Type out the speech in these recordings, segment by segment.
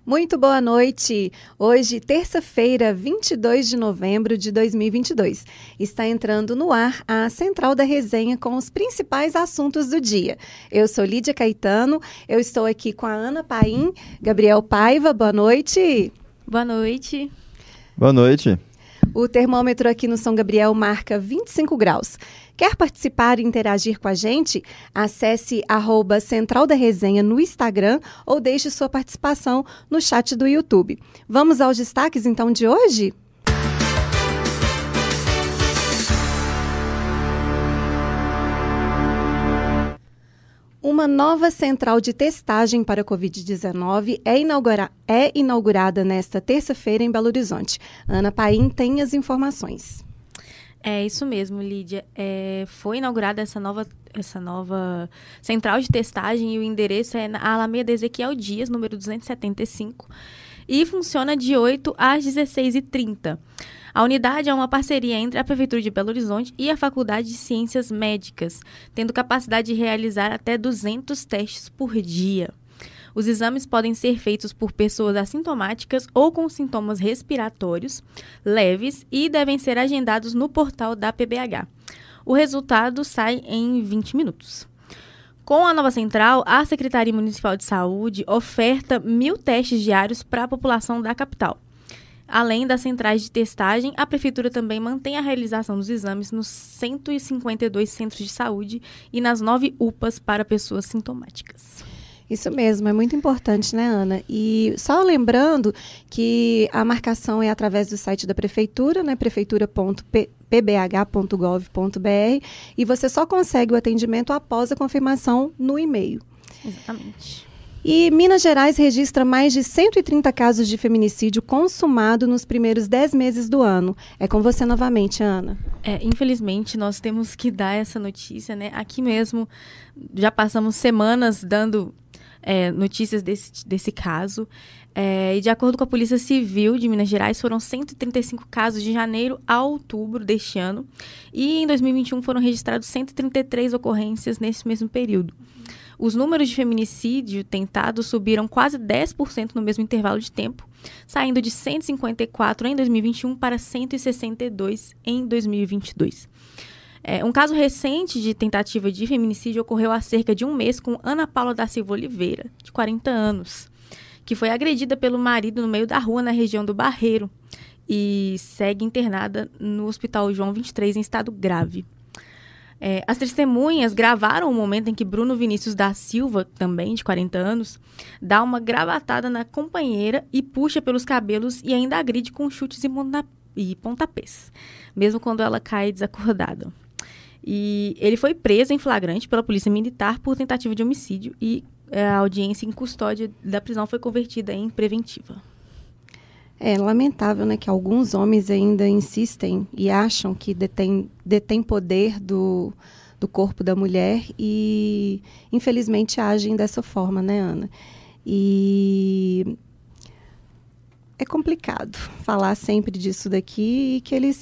Muito boa noite! Hoje, terça-feira, 22 de novembro de 2022. Está entrando no ar a Central da Resenha com os principais assuntos do dia. Eu sou Lídia Caetano, eu estou aqui com a Ana Paim, Gabriel Paiva, boa noite! Boa noite! Boa noite! O termômetro aqui no São Gabriel marca 25 graus. Quer participar e interagir com a gente? Acesse @Central da Resenha no Instagram ou deixe sua participação no chat do YouTube. Vamos aos destaques, então, de hoje? Uma nova central de testagem para a Covid-19 é inaugurada nesta terça-feira em Belo Horizonte. Ana Paim tem as informações. É isso mesmo, Lídia. Foi inaugurada essa nova central de testagem e o endereço é na Alameda Ezequiel Dias, número 275, e funciona de 8 às 16h30. A unidade é uma parceria entre a Prefeitura de Belo Horizonte e a Faculdade de Ciências Médicas, tendo capacidade de realizar até 200 testes por dia. Os exames podem ser feitos por pessoas assintomáticas ou com sintomas respiratórios leves e devem ser agendados no portal da PBH. O resultado sai em 20 minutos. Com a nova central, a Secretaria Municipal de Saúde oferta 1.000 testes diários para a população da capital. Além das centrais de testagem, a Prefeitura também mantém a realização dos exames nos 152 centros de saúde e nas 9 UPAs para pessoas sintomáticas. Isso mesmo, é muito importante, né, Ana? E só lembrando que a marcação é através do site da Prefeitura, né, prefeitura.pbh.gov.br, e você só consegue o atendimento após a confirmação no e-mail. Exatamente. E Minas Gerais registra mais de 130 casos de feminicídio consumado nos primeiros 10 meses do ano. É com você novamente, Ana. Infelizmente, nós temos que dar essa notícia, né? Aqui mesmo, já passamos semanas dando notícias desse caso. E de acordo com a Polícia Civil de Minas Gerais, foram 135 casos de janeiro a outubro deste ano. E em 2021 foram registrados 133 ocorrências nesse mesmo período. Os números de feminicídio tentado subiram quase 10% no mesmo intervalo de tempo, saindo de 154 em 2021 para 162 em 2022. Um caso recente de tentativa de feminicídio ocorreu há cerca de um mês com Ana Paula da Silva Oliveira, de 40 anos, que foi agredida pelo marido no meio da rua na região do Barreiro e segue internada no Hospital João 23 em estado grave. As testemunhas gravaram o momento em que Bruno Vinícius da Silva, também de 40 anos, dá uma gravatada na companheira e puxa pelos cabelos e ainda agride com chutes e pontapés, mesmo quando ela cai desacordada. E ele foi preso em flagrante pela Polícia Militar por tentativa de homicídio e a audiência em custódia da prisão foi convertida em preventiva. É lamentável, né, que alguns homens ainda insistem e acham que detém poder do corpo da mulher e, infelizmente, agem dessa forma, né, Ana? E é complicado falar sempre disso daqui e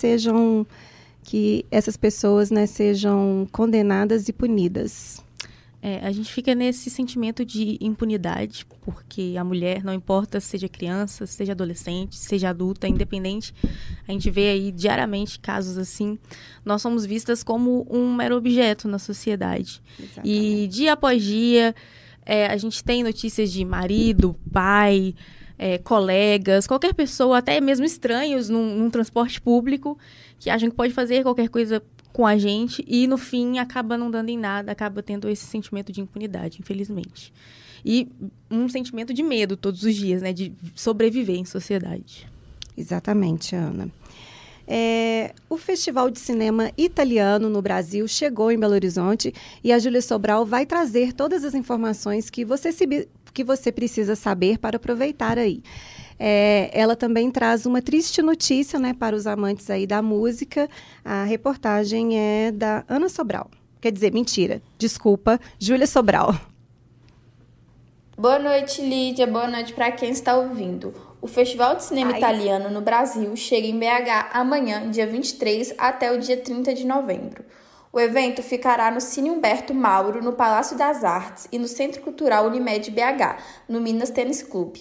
que essas pessoas, né, sejam condenadas e punidas. A gente fica nesse sentimento de impunidade, porque a mulher, não importa se seja criança, seja adolescente, seja adulta, independente, a gente vê aí diariamente casos assim, nós somos vistas como um mero objeto na sociedade. Exatamente. E dia após dia, a gente tem notícias de marido, pai, colegas, qualquer pessoa, até mesmo estranhos num transporte público, que acham que pode fazer qualquer coisa com a gente e, no fim, acaba não dando em nada, acaba tendo esse sentimento de impunidade, infelizmente. E um sentimento de medo todos os dias, né, de sobreviver em sociedade. Exatamente, Ana. O Festival de Cinema Italiano no Brasil chegou em Belo Horizonte e a Júlia Sobral vai trazer todas as informações que você precisa saber para aproveitar aí. Ela também traz uma triste notícia, né, para os amantes aí da música. A reportagem é da Ana Sobral. Quer dizer, mentira. Desculpa, Júlia Sobral. Boa noite, Lídia. Boa noite para quem está ouvindo. O Festival de Cinema Italiano no Brasil chega em BH amanhã, dia 23, até o dia 30 de novembro. O evento ficará no Cine Humberto Mauro, no Palácio das Artes, e no Centro Cultural Unimed BH, no Minas Tênis Clube.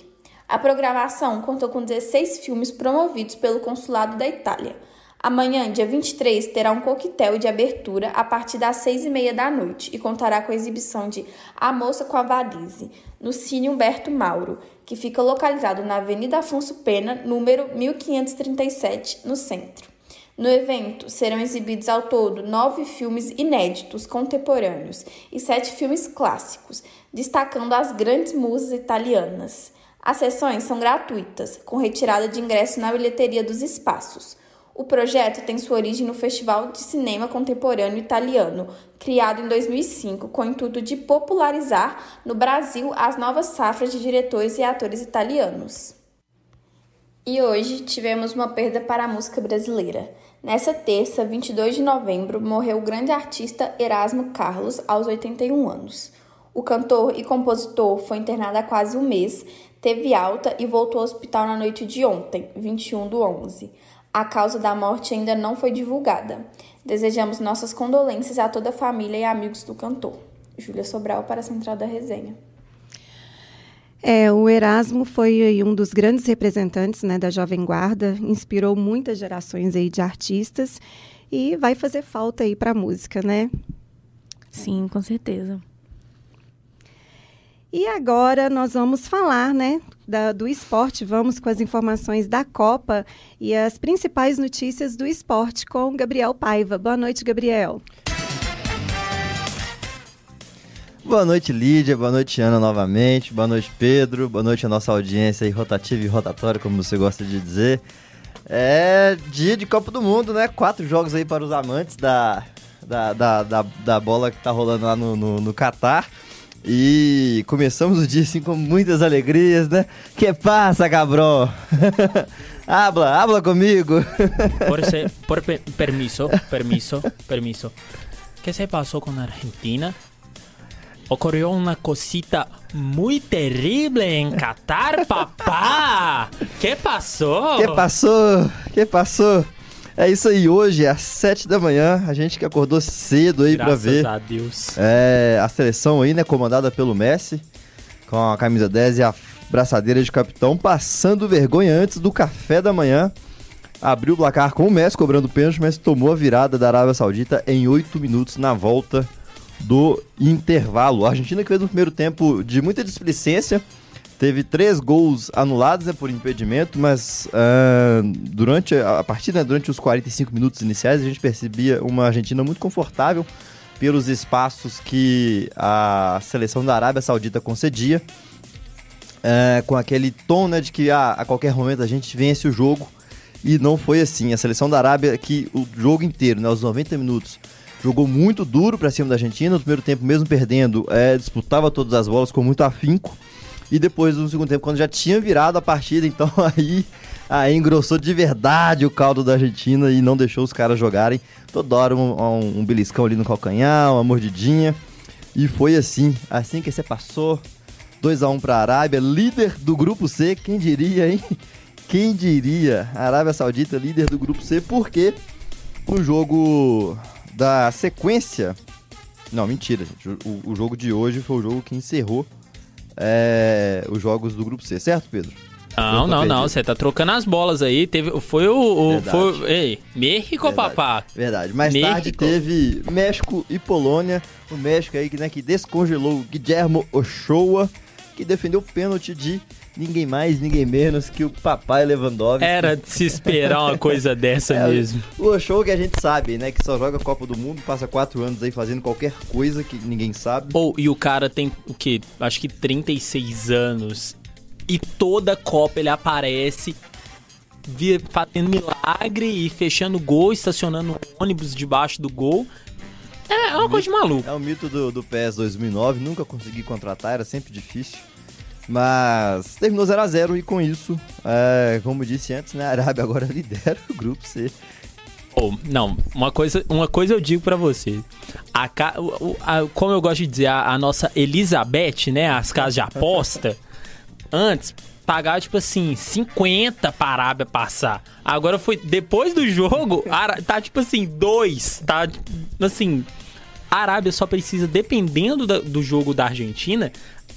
A programação contou com 16 filmes promovidos pelo Consulado da Itália. Amanhã, dia 23, terá um coquetel de abertura a partir das 6h30 da noite e contará com a exibição de A Moça com a Valise, no Cine Humberto Mauro, que fica localizado na Avenida Afonso Pena, número 1537, no centro. No evento, serão exibidos ao todo 9 filmes inéditos contemporâneos e 7 filmes clássicos, destacando as grandes musas italianas. As sessões são gratuitas, com retirada de ingresso na bilheteria dos espaços. O projeto tem sua origem no Festival de Cinema Contemporâneo Italiano, criado em 2005, com o intuito de popularizar no Brasil as novas safras de diretores e atores italianos. E hoje tivemos uma perda para a música brasileira. Nessa terça, 22 de novembro, morreu o grande artista Erasmo Carlos, aos 81 anos. O cantor e compositor foi internado há quase um mês, teve alta e voltou ao hospital na noite de ontem, 21/11. A causa da morte ainda não foi divulgada. Desejamos nossas condolências a toda a família e amigos do cantor. Júlia Sobral para a Central da Resenha. O Erasmo foi um dos grandes representantes, né, da Jovem Guarda, inspirou muitas gerações aí de artistas e vai fazer falta aí para a música, né? Sim, com certeza. E agora nós vamos falar, né, do esporte. Vamos com as informações da Copa e as principais notícias do esporte com Gabriel Paiva. Boa noite, Gabriel. Boa noite, Lídia. Boa noite, Ana, novamente. Boa noite, Pedro. Boa noite à nossa audiência aí, rotativa e rotatória, como você gosta de dizer. É dia de Copa do Mundo, né? 4 jogos aí para os amantes da bola que tá rolando lá no Catar. E começamos o dia assim com muitas alegrias, né? Que passa, cabrón? habla comigo. Permiso. ¿Qué se pasó con Argentina? Ocurrió una cosita muy terrible en Qatar, papá. ¿Qué pasó? Que passou? É isso aí, hoje às 7 da manhã, a gente que acordou cedo aí pra ver. Graças a Deus. A seleção aí, né, comandada pelo Messi, com a camisa 10 e a braçadeira de capitão, passando vergonha antes do café da manhã. Abriu o placar com o Messi cobrando pênalti, mas tomou a virada da Arábia Saudita em 8 minutos na volta do intervalo. A Argentina que fez um primeiro tempo de muita displicência, teve 3 gols anulados, né, por impedimento, mas durante a partida, durante os 45 minutos iniciais, a gente percebia uma Argentina muito confortável pelos espaços que a seleção da Arábia Saudita concedia, com aquele tom, né, de que a qualquer momento a gente vence o jogo, e não foi assim. A seleção da Arábia, que o jogo inteiro, né, os 90 minutos, jogou muito duro para cima da Argentina. No primeiro tempo, mesmo perdendo, disputava todas as bolas com muito afinco. E depois, no segundo tempo, quando já tinha virado a partida, então aí engrossou de verdade o caldo da Argentina e não deixou os caras jogarem. Toda hora um beliscão ali no calcanhar, uma mordidinha. E foi assim que você passou. 2-1 para a Arábia, líder do Grupo C. Quem diria, hein? Quem diria? A Arábia Saudita, líder do Grupo C, porque o jogo da sequência... Não, mentira, gente. O jogo de hoje foi o jogo que encerrou os jogos do Grupo C, certo, Pedro? Não, você tá trocando as bolas aí. México, papá. Verdade, mais tarde teve México e Polônia. O México aí, né, que descongelou o Guillermo Ochoa, que defendeu o pênalti de ninguém mais, ninguém menos que o papai Lewandowski. Era de se esperar uma coisa dessa mesmo. O Ochoa, que a gente sabe, né, que só joga a Copa do Mundo, passa 4 anos aí fazendo qualquer coisa que ninguém sabe. E o cara tem, o quê? Acho que 36 anos. E toda Copa ele aparece fazendo milagre e fechando gol, estacionando ônibus debaixo do gol. É uma coisa de maluco. É o mito do PES 2009, nunca consegui contratar, era sempre difícil. Mas terminou 0-0 e com isso, como disse antes, né, a Arábia agora lidera o Grupo C. Não, uma coisa eu digo pra você. Como eu gosto de dizer, a nossa Elizabeth, né, as casas de aposta, antes pagava tipo assim 50 pra Arábia passar. Agora foi, depois do jogo, tá tipo assim 2, tá assim, a Arábia só precisa, dependendo do jogo da Argentina,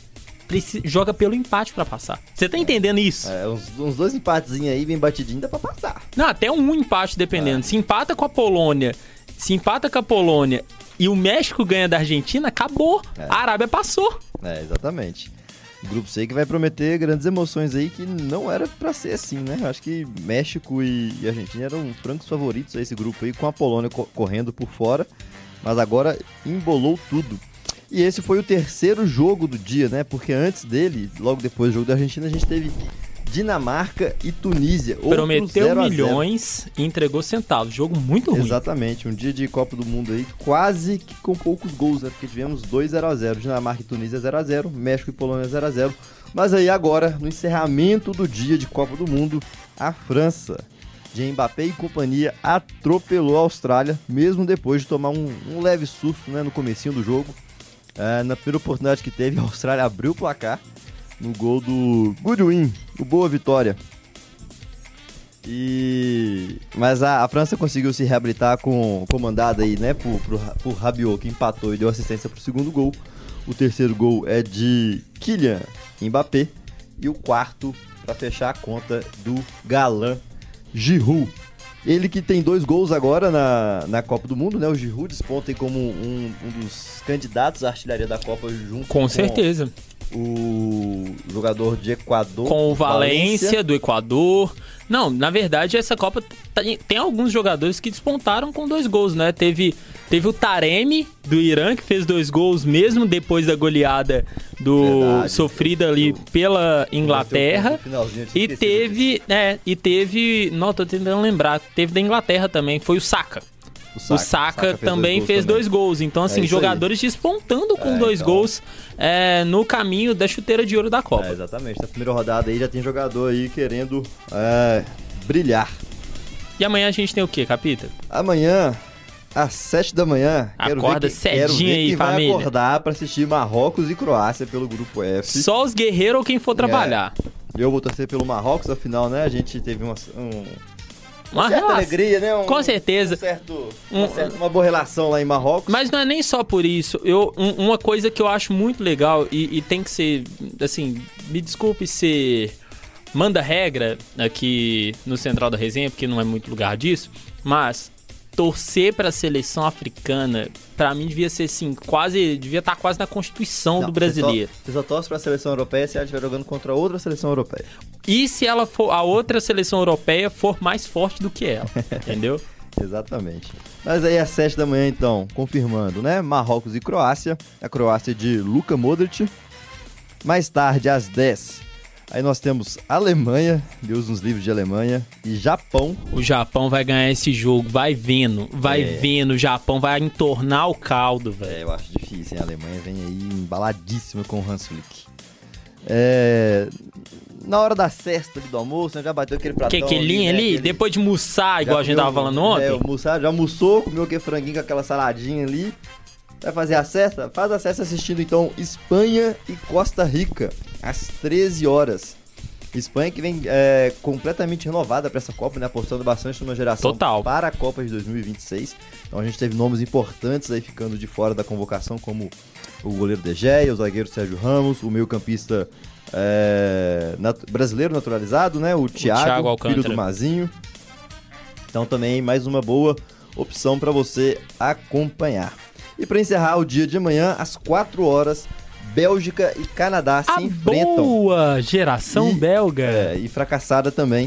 joga pelo empate pra passar. Você tá entendendo isso? Uns 2 empatezinhos aí, bem batidinho, dá pra passar. Não, até um empate dependendo. Se empata com a Polônia e o México ganha da Argentina, acabou. A Arábia passou. Exatamente. Grupo C que vai prometer grandes emoções aí, que não era pra ser assim, né? Acho que México e Argentina eram francos favoritos a esse grupo aí, com a Polônia correndo por fora, mas agora embolou tudo. E esse foi o terceiro jogo do dia, né? Porque antes dele, logo depois do jogo da Argentina, a gente teve Dinamarca e Tunísia. Prometeu milhões e entregou centavos. Jogo muito ruim. Exatamente. Um dia de Copa do Mundo aí, quase que com poucos gols, né? Porque tivemos 2 0-0. Dinamarca e Tunísia 0-0. México e Polônia 0-0. Mas aí agora, no encerramento do dia de Copa do Mundo, a França, de Mbappé e companhia, atropelou a Austrália, mesmo depois de tomar um leve susto, né, no comecinho do jogo. Na primeira oportunidade que teve, a Austrália abriu o placar no gol do Goodwin, o Boa Vitória. Mas a França conseguiu se reabilitar comandada aí, né, por Rabiot, que empatou e deu assistência pro segundo gol. O terceiro gol é de Kylian Mbappé e o quarto, para fechar a conta, do galã Giroud. Ele que tem 2 gols agora na Copa do Mundo, né? O Giroud desponta aí como um dos candidatos à artilharia da Copa, junto com certeza o jogador de Equador. Com o Valência, do Equador. Não, na verdade, essa Copa tem alguns jogadores que despontaram com 2 gols, né? Teve o Taremi, do Irã, que fez 2 gols mesmo depois da goleada sofrida ali pela Inglaterra. E teve... Não, tô tentando lembrar. Teve da Inglaterra também, foi o Saka. O Saka também fez 2 gols. Então, assim, jogadores despontando com 2 gols no caminho da chuteira de ouro da Copa. Exatamente. Na primeira rodada aí já tem jogador aí querendo brilhar. E amanhã a gente tem o quê, Capita? Amanhã, às 7 da manhã. Acorda cedinho aí, família. Vai acordar pra assistir Marrocos e Croácia pelo Grupo F. Só os guerreiros ou quem for trabalhar. Eu vou torcer pelo Marrocos, afinal, né? A gente teve uma certa alegria, né? Com certeza. Uma boa relação lá em Marrocos. Mas não é nem só por isso. Uma coisa que eu acho muito legal e tem que ser, assim, me desculpe ser manda regra aqui no Central da Resenha, porque não é muito lugar disso, mas torcer para a seleção africana, para mim devia ser assim, devia estar quase na Constituição do brasileiro. Você só torce para a seleção europeia se ela estiver jogando contra outra seleção europeia. E se ela for, a outra seleção europeia for mais forte do que ela, entendeu? Exatamente. Mas aí às 7 da manhã, então, confirmando, né? Marrocos e Croácia. A Croácia de Luka Modric. Mais tarde, às 10, aí nós temos Alemanha, Deus nos livre de Alemanha, e Japão. O Japão vai ganhar esse jogo, vai vendo, o Japão vai entornar o caldo, velho. Eu acho difícil, hein? A Alemanha vem aí embaladíssima com o Hans Flick. Na hora da cesta ali do almoço, né, já bateu aquele pratão. Quequelinho ali, depois de almoçar, igual a gente tava falando ontem. Já almoçou, comeu aquele franguinho com aquela saladinha ali. Vai fazer a cesta? Faz a cesta assistindo então Espanha e Costa Rica, às 13 horas. Espanha que vem completamente renovada para essa Copa, né? Apostando bastante numa geração total para a Copa de 2026. Então a gente teve nomes importantes aí ficando de fora da convocação, como o goleiro De Gea, o zagueiro Sérgio Ramos, o meio-campista brasileiro naturalizado, né? O Thiago Alcântara, filho do Mazinho. Então também mais uma boa opção para você acompanhar. E para encerrar o dia de amanhã, às 4 horas, Bélgica e Canadá se enfrentam. Boa geração belga. E fracassada também.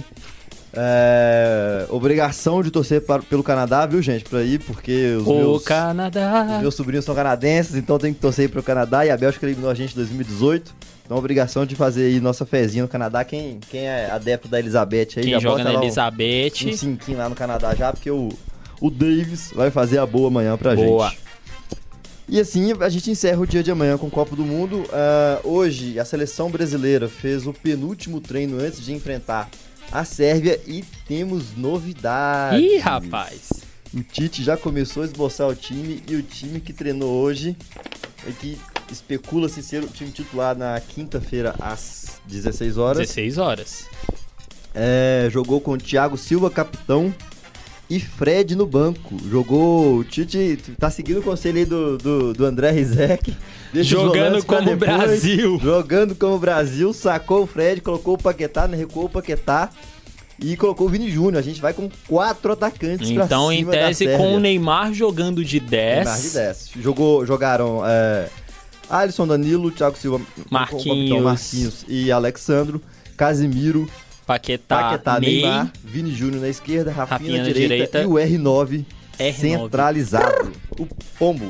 Obrigação de torcer pelo Canadá, viu, gente? Pra ir, porque os meus sobrinhos são canadenses, então tem que torcer pro Canadá. E a Bélgica eliminou a gente em 2018. Então, obrigação de fazer aí nossa fezinha no Canadá. Quem é adepto da Elizabeth aí, quem já joga bota na lá Elizabeth. um cinquinho lá no Canadá já, porque o Davis vai fazer a boa amanhã pra gente. E assim, a gente encerra o dia de amanhã com o Copa do Mundo. Hoje, a seleção brasileira fez o penúltimo treino antes de enfrentar a Sérvia e temos novidades. Ih, rapaz! O Tite já começou a esboçar o time e o time que treinou hoje, que especula-se ser o time titular na quinta-feira às 16 horas. 16 horas. Jogou com o Thiago Silva, capitão, e Fred no banco. Jogou, o Tite tá seguindo o conselho aí do André Rizek. Jogando como o Brasil. Jogando como o Brasil, sacou o Fred, colocou o Paquetá, né, recuou o Paquetá e colocou o Vini Júnior. A gente vai com 4 atacantes pra cima. Então, em tese, com o Neymar jogando de 10. Neymar de 10. Jogaram Alisson, Danilo, Thiago Silva, Marquinhos e Alexandro, Casimiro, Paquetá, Neymar, Vini Júnior na esquerda, Rafinha na direita e o R9 centralizado. O Pombo.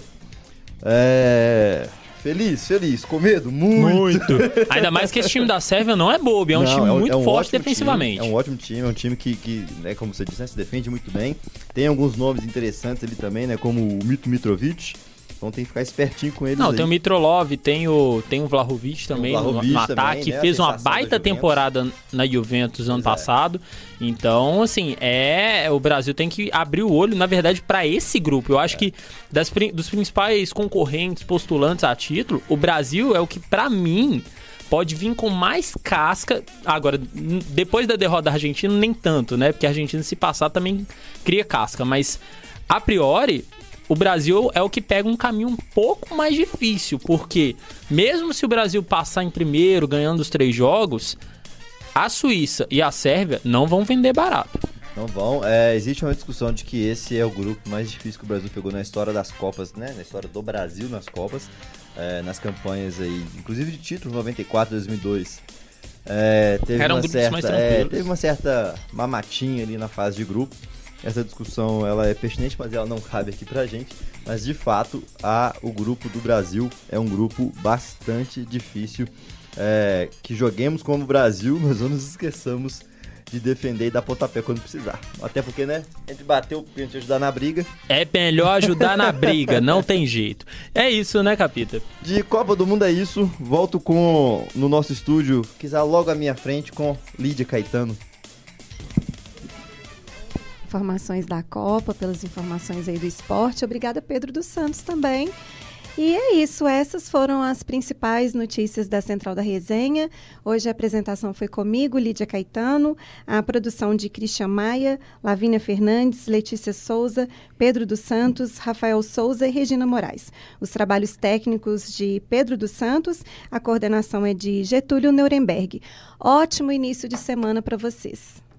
Feliz, com medo, muito. Ainda mais que esse time da Sérvia não é bobo, é um time muito forte defensivamente. É um ótimo time, é um time que né, como você disse, né, se defende muito bem. Tem alguns nomes interessantes ali também, né, como o Mito Mitrovic. Então tem que ficar espertinho com eles. Não, aí. Tem o Mitrolov, tem o Vlahovic também no ataque, né, fez uma baita temporada na Juventus ano passado. Então, assim, o Brasil tem que abrir o olho, na verdade, para esse grupo. Eu acho que dos principais concorrentes, postulantes a título, o Brasil é o que, para mim, pode vir com mais casca. Agora, depois da derrota da Argentina, nem tanto, né? Porque a Argentina, se passar, também cria casca. Mas, a priori, o Brasil é o que pega um caminho um pouco mais difícil, porque mesmo se o Brasil passar em primeiro, ganhando os 3 jogos, a Suíça e a Sérvia não vão vender barato. Não vão. Existe uma discussão de que esse é o grupo mais difícil que o Brasil pegou na história das Copas, né? Na história do Brasil nas Copas, nas campanhas aí, inclusive de título, 94, 2002. Teve uma certa mamatinha ali na fase de grupo. Essa discussão ela é pertinente, mas ela não cabe aqui pra gente. Mas de fato, o grupo do Brasil é um grupo bastante difícil. Que joguemos como Brasil, mas não nos esqueçamos de defender e dar pontapé quando precisar. Até porque, né? Entre bater o pênalti e ajudar na briga. É melhor ajudar na briga, não tem jeito. É isso, né, Capita? De Copa do Mundo é isso. Volto no nosso estúdio, que está logo à minha frente, com Lídia Caetano. Informações da Copa, pelas informações aí do esporte. Obrigada, Pedro dos Santos, também. E é isso, essas foram as principais notícias da Central da Resenha. Hoje a apresentação foi comigo, Lídia Caetano, a produção de Cristian Maia, Lavínia Fernandes, Letícia Souza, Pedro dos Santos, Rafael Souza e Regina Moraes. Os trabalhos técnicos de Pedro dos Santos, a coordenação é de Getúlio Nuremberg. Ótimo início de semana para vocês.